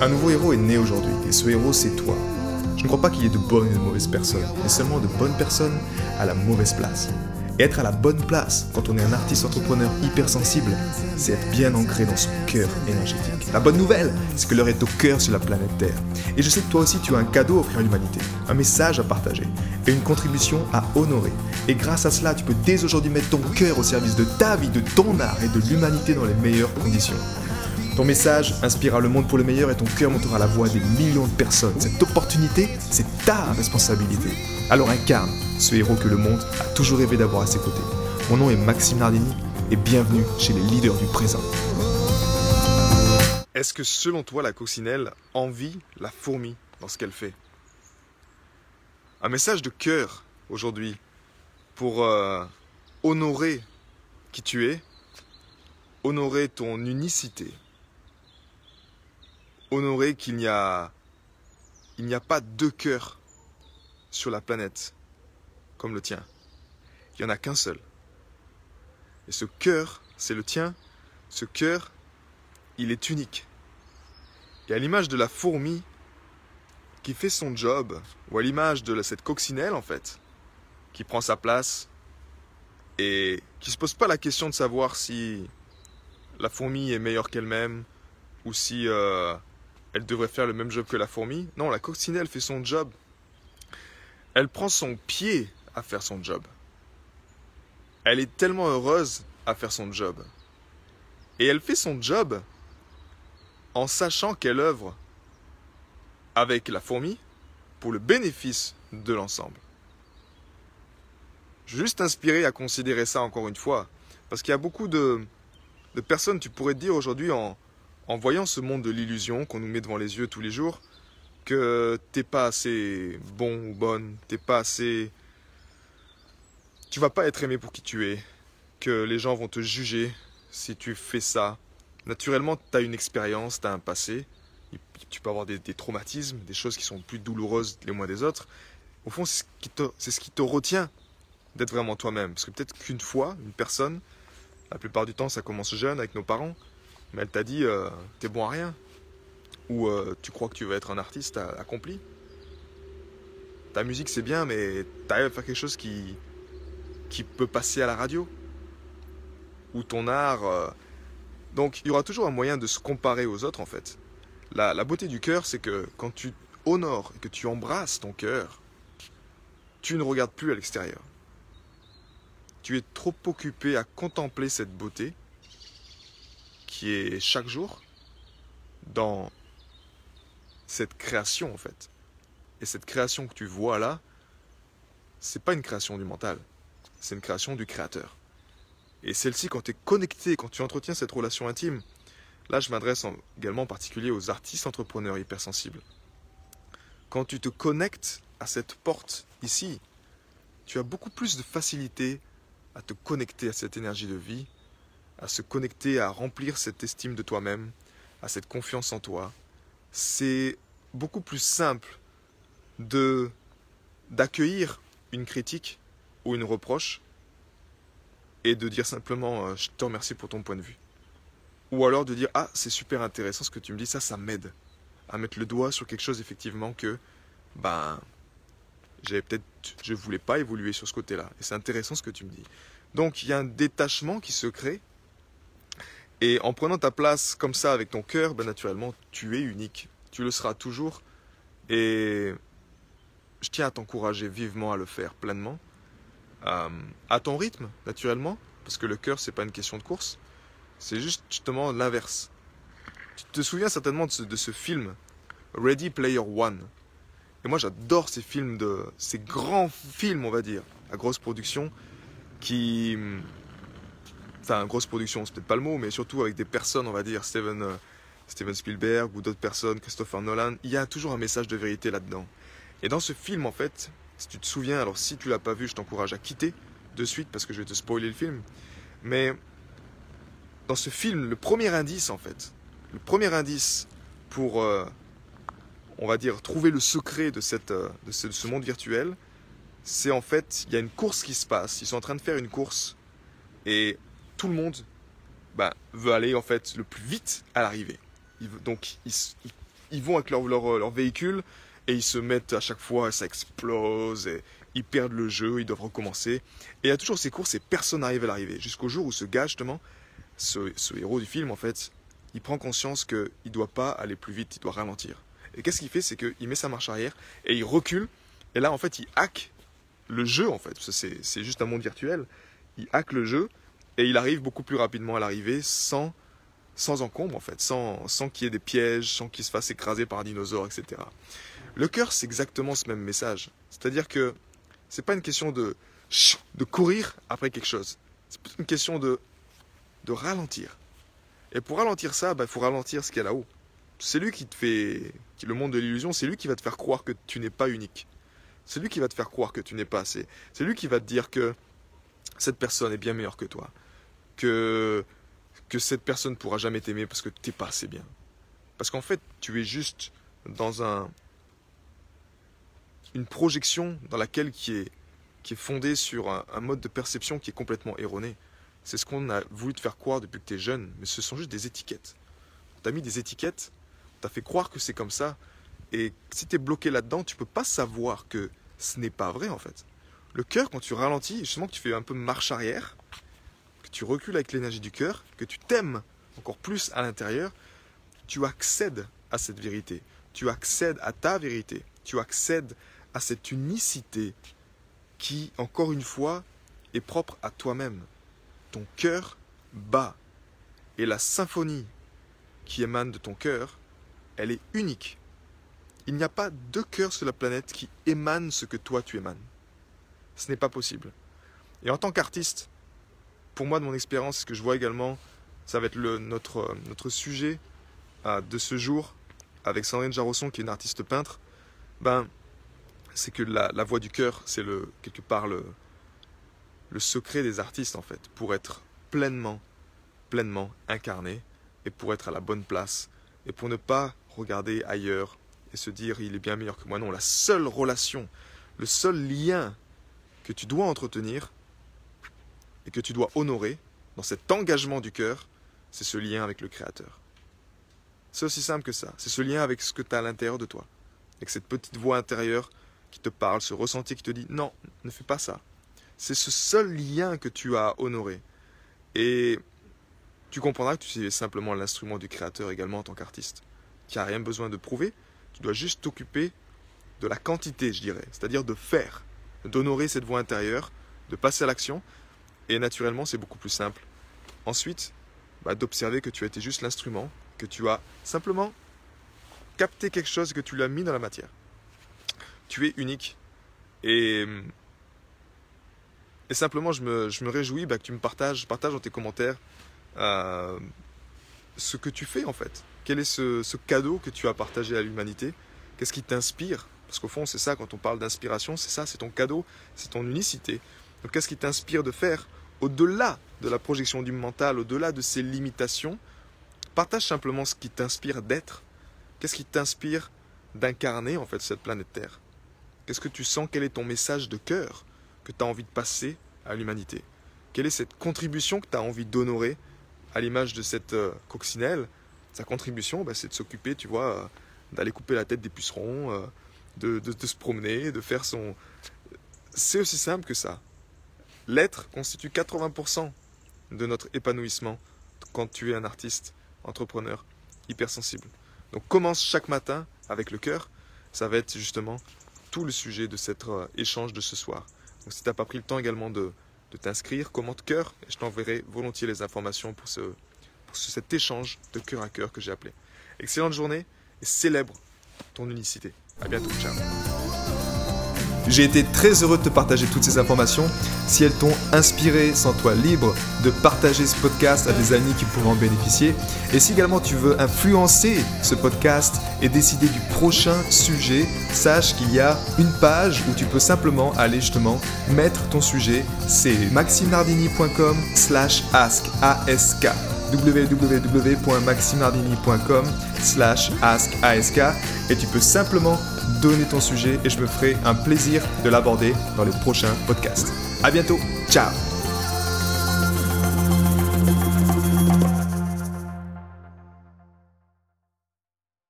Un nouveau héros est né aujourd'hui, et ce héros c'est toi. Je ne crois pas qu'il y ait de bonnes et de mauvaises personnes, mais seulement de bonnes personnes à la mauvaise place. Et être à la bonne place quand on est un artiste entrepreneur hypersensible, c'est être bien ancré dans son cœur énergétique. La bonne nouvelle, c'est que l'heure est au cœur sur la planète Terre. Et je sais que toi aussi tu as un cadeau à offrir à l'humanité, un message à partager et une contribution à honorer. Et grâce à cela, tu peux dès aujourd'hui mettre ton cœur au service de ta vie, de ton art et de l'humanité dans les meilleures conditions. Ton message inspirera le monde pour le meilleur et ton cœur montera la voix des millions de personnes. Cette opportunité, c'est ta responsabilité. Alors incarne ce héros que le monde a toujours rêvé d'avoir à ses côtés. Mon nom est Maxime Nardini et bienvenue chez les leaders du présent. Est-ce que selon toi, la coccinelle envie la fourmi dans ce qu'elle fait? Un message de cœur aujourd'hui pour honorer qui tu es, honorer ton unicité. Honorer qu'il n'y a pas deux cœurs sur la planète comme le tien. Il n'y en a qu'un seul. Et ce cœur, c'est le tien. Ce cœur, il est unique. Et à l'image de la fourmi qui fait son job, ou à l'image de cette coccinelle en fait, qui prend sa place et qui ne se pose pas la question de savoir si la fourmi est meilleure qu'elle-même ou si elle devrait faire le même job que la fourmi. Non, la coccinelle fait son job. Elle prend son pied à faire son job. Elle est tellement heureuse à faire son job. Et elle fait son job en sachant qu'elle œuvre avec la fourmi pour le bénéfice de l'ensemble. Je veux juste t'inspirer à considérer ça encore une fois. Parce qu'il y a beaucoup de personnes, tu pourrais te dire aujourd'hui, en voyant ce monde de l'illusion qu'on nous met devant les yeux tous les jours, que t'es pas assez bon ou bonne, t'es pas assez... Tu vas pas être aimé pour qui tu es, que les gens vont te juger si tu fais ça. Naturellement, tu as une expérience, tu as un passé, tu peux avoir des traumatismes, des choses qui sont plus douloureuses les mois des autres. Au fond, c'est ce qui te retient d'être vraiment toi-même. Parce que peut-être qu'une fois, une personne, la plupart du temps ça commence jeune avec nos parents, mais elle t'a dit t'es bon à rien. Ou tu crois que tu vas être un artiste accompli. Ta musique c'est bien, mais t'arrives à faire quelque chose qui peut passer à la radio. Ou ton art... Donc il y aura toujours un moyen de se comparer aux autres en fait. La beauté du cœur, c'est que quand tu honores et que tu embrasses ton cœur, tu ne regardes plus à l'extérieur. Tu es trop occupé à contempler cette beauté qui est chaque jour dans cette création en fait. Et cette création que tu vois là, c'est pas une création du mental, c'est une création du créateur. Et celle-ci, quand tu es connecté, quand tu entretiens cette relation intime, là je m'adresse également en particulier aux artistes entrepreneurs hypersensibles. Quand tu te connectes à cette porte ici, tu as beaucoup plus de facilité à te connecter à cette énergie de vie, à se connecter, à remplir cette estime de toi-même, à cette confiance en toi. C'est beaucoup plus simple d'accueillir une critique ou une reproche et de dire simplement je te remercie pour ton point de vue. Ou alors de dire ah c'est super intéressant ce que tu me dis, ça m'aide à mettre le doigt sur quelque chose effectivement que je voulais pas évoluer sur ce côté-là. Et c'est intéressant ce que tu me dis. Donc il y a un détachement qui se crée. Et en prenant ta place comme ça avec ton cœur, naturellement, tu es unique. Tu le seras toujours. Et je tiens à t'encourager vivement à le faire pleinement. À ton rythme, naturellement. Parce que le cœur, c'est pas une question de course. C'est justement l'inverse. Tu te souviens certainement de ce film, Ready Player One. Et moi, j'adore ces grands films, on va dire, à grosse production, grosse production, c'est peut-être pas le mot, mais surtout avec des personnes, on va dire, Steven Spielberg ou d'autres personnes, Christopher Nolan, il y a toujours un message de vérité là-dedans. Et dans ce film, en fait, si tu te souviens, alors si tu l'as pas vu, je t'encourage à quitter de suite parce que je vais te spoiler le film. Mais dans ce film, le premier indice pour, on va dire, trouver le secret de ce monde virtuel, c'est en fait, il y a une course qui se passe. Ils sont en train de faire une course et tout le monde veut aller en fait le plus vite à l'arrivée. Donc ils ils vont avec leur véhicule et ils se mettent à chaque fois, ça explose, et ils perdent le jeu, ils doivent recommencer. Et il y a toujours ces courses et personne n'arrive à l'arrivée. Jusqu'au jour où ce gars, justement, ce héros du film, en fait, il prend conscience qu'il ne doit pas aller plus vite, il doit ralentir. Et qu'est-ce qu'il fait? C'est qu'il met sa marche arrière et il recule. Et là, en fait, il hack le jeu, en fait. Parce que c'est juste un monde virtuel. Il hack le jeu et il arrive beaucoup plus rapidement à l'arrivée sans encombre, en fait. Sans qu'il y ait des pièges, sans qu'il se fasse écraser par un dinosaure, etc. Le cœur, c'est exactement ce même message. C'est-à-dire que c'est pas une question de courir après quelque chose. C'est plutôt une question de ralentir. Et pour ralentir ça, il faut ralentir ce qu'il y a là-haut. C'est lui le monde de l'illusion, c'est lui qui va te faire croire que tu n'es pas unique. C'est lui qui va te faire croire que tu n'es pas assez. C'est lui qui va te dire que cette personne est bien meilleure que toi. Que cette personne ne pourra jamais t'aimer parce que tu n'es pas assez bien. Parce qu'en fait, tu es juste dans une projection dans laquelle qui est fondée sur un mode de perception qui est complètement erroné. C'est ce qu'on a voulu te faire croire depuis que tu es jeune, mais ce sont juste des étiquettes. On t'a mis des étiquettes, on t'a fait croire que c'est comme ça, et si tu es bloqué là-dedans, tu ne peux pas savoir que ce n'est pas vrai en fait. Le cœur, quand tu ralentis, justement que tu fais un peu marche arrière, que tu recules avec l'énergie du cœur, que tu t'aimes encore plus à l'intérieur, tu accèdes à cette vérité, tu accèdes à ta vérité, tu accèdes à cette unicité qui, encore une fois, est propre à toi-même. Ton cœur bat. Et la symphonie qui émane de ton cœur, elle est unique. Il n'y a pas deux cœurs sur la planète qui émanent ce que toi tu émanes. Ce n'est pas possible. Et en tant qu'artiste, pour moi, de mon expérience, ce que je vois également, ça va être notre sujet de ce jour, avec Sandrine Jarosson, qui est une artiste peintre, c'est que la voix du cœur, c'est quelque part le secret des artistes, en fait, pour être pleinement incarné et pour être à la bonne place et pour ne pas regarder ailleurs et se dire il est bien meilleur que moi. Non, la seule relation, le seul lien que tu dois entretenir et que tu dois honorer dans cet engagement du cœur, c'est ce lien avec le Créateur. C'est aussi simple que ça. C'est ce lien avec ce que tu as à l'intérieur de toi, avec cette petite voix intérieure qui te parle, ce ressenti qui te dit non, ne fais pas ça. C'est ce seul lien que tu as à honorer. Et tu comprendras que tu es simplement l'instrument du Créateur également en tant qu'artiste. Tu n'as rien besoin de prouver, tu dois juste t'occuper de la quantité, je dirais. C'est-à-dire de faire, d'honorer cette voix intérieure, de passer à l'action. Et naturellement, c'est beaucoup plus simple. Ensuite, d'observer que tu as été juste l'instrument, que tu as simplement capté quelque chose et que tu l'as mis dans la matière. Tu es unique. Et simplement, je me réjouis que tu partages dans tes commentaires ce que tu fais en fait. Quel est ce cadeau que tu as partagé à l'humanité? Qu'est-ce qui t'inspire? Parce qu'au fond, c'est ça, quand on parle d'inspiration, c'est ça, c'est ton cadeau, c'est ton unicité. Donc qu'est-ce qui t'inspire de faire au-delà de la projection du mental, au-delà de ses limitations? Partage simplement ce qui t'inspire d'être. Qu'est-ce qui t'inspire d'incarner en fait cette planète Terre? Qu'est-ce que tu sens? Quel est ton message de cœur que tu as envie de passer à l'humanité? Quelle est cette contribution que tu as envie d'honorer à l'image de cette coccinelle? Sa contribution, c'est de s'occuper, tu vois, d'aller couper la tête des pucerons, de se promener, de faire son... C'est aussi simple que ça. L'être constitue 80% de notre épanouissement quand tu es un artiste, entrepreneur, hypersensible. Donc commence chaque matin avec le cœur. Ça va être justement tout le sujet de cet échange de ce soir. Donc si tu n'as pas pris le temps également de t'inscrire, commente cœur et je t'enverrai volontiers les informations pour cet échange de cœur à cœur que j'ai appelé. Excellente journée et célèbre ton unicité. À bientôt, ciao. J'ai été très heureux de te partager toutes ces informations. Si elles t'ont inspiré, sens-toi libre de partager ce podcast à des amis qui pourraient en bénéficier. Et si également tu veux influencer ce podcast et décider du prochain sujet, sache qu'il y a une page où tu peux simplement aller justement mettre ton sujet. C'est maximnardini.com/ask www.maximnardini.com/ask et tu peux simplement donner ton sujet et je me ferai un plaisir de l'aborder dans les prochains podcasts. À bientôt, ciao.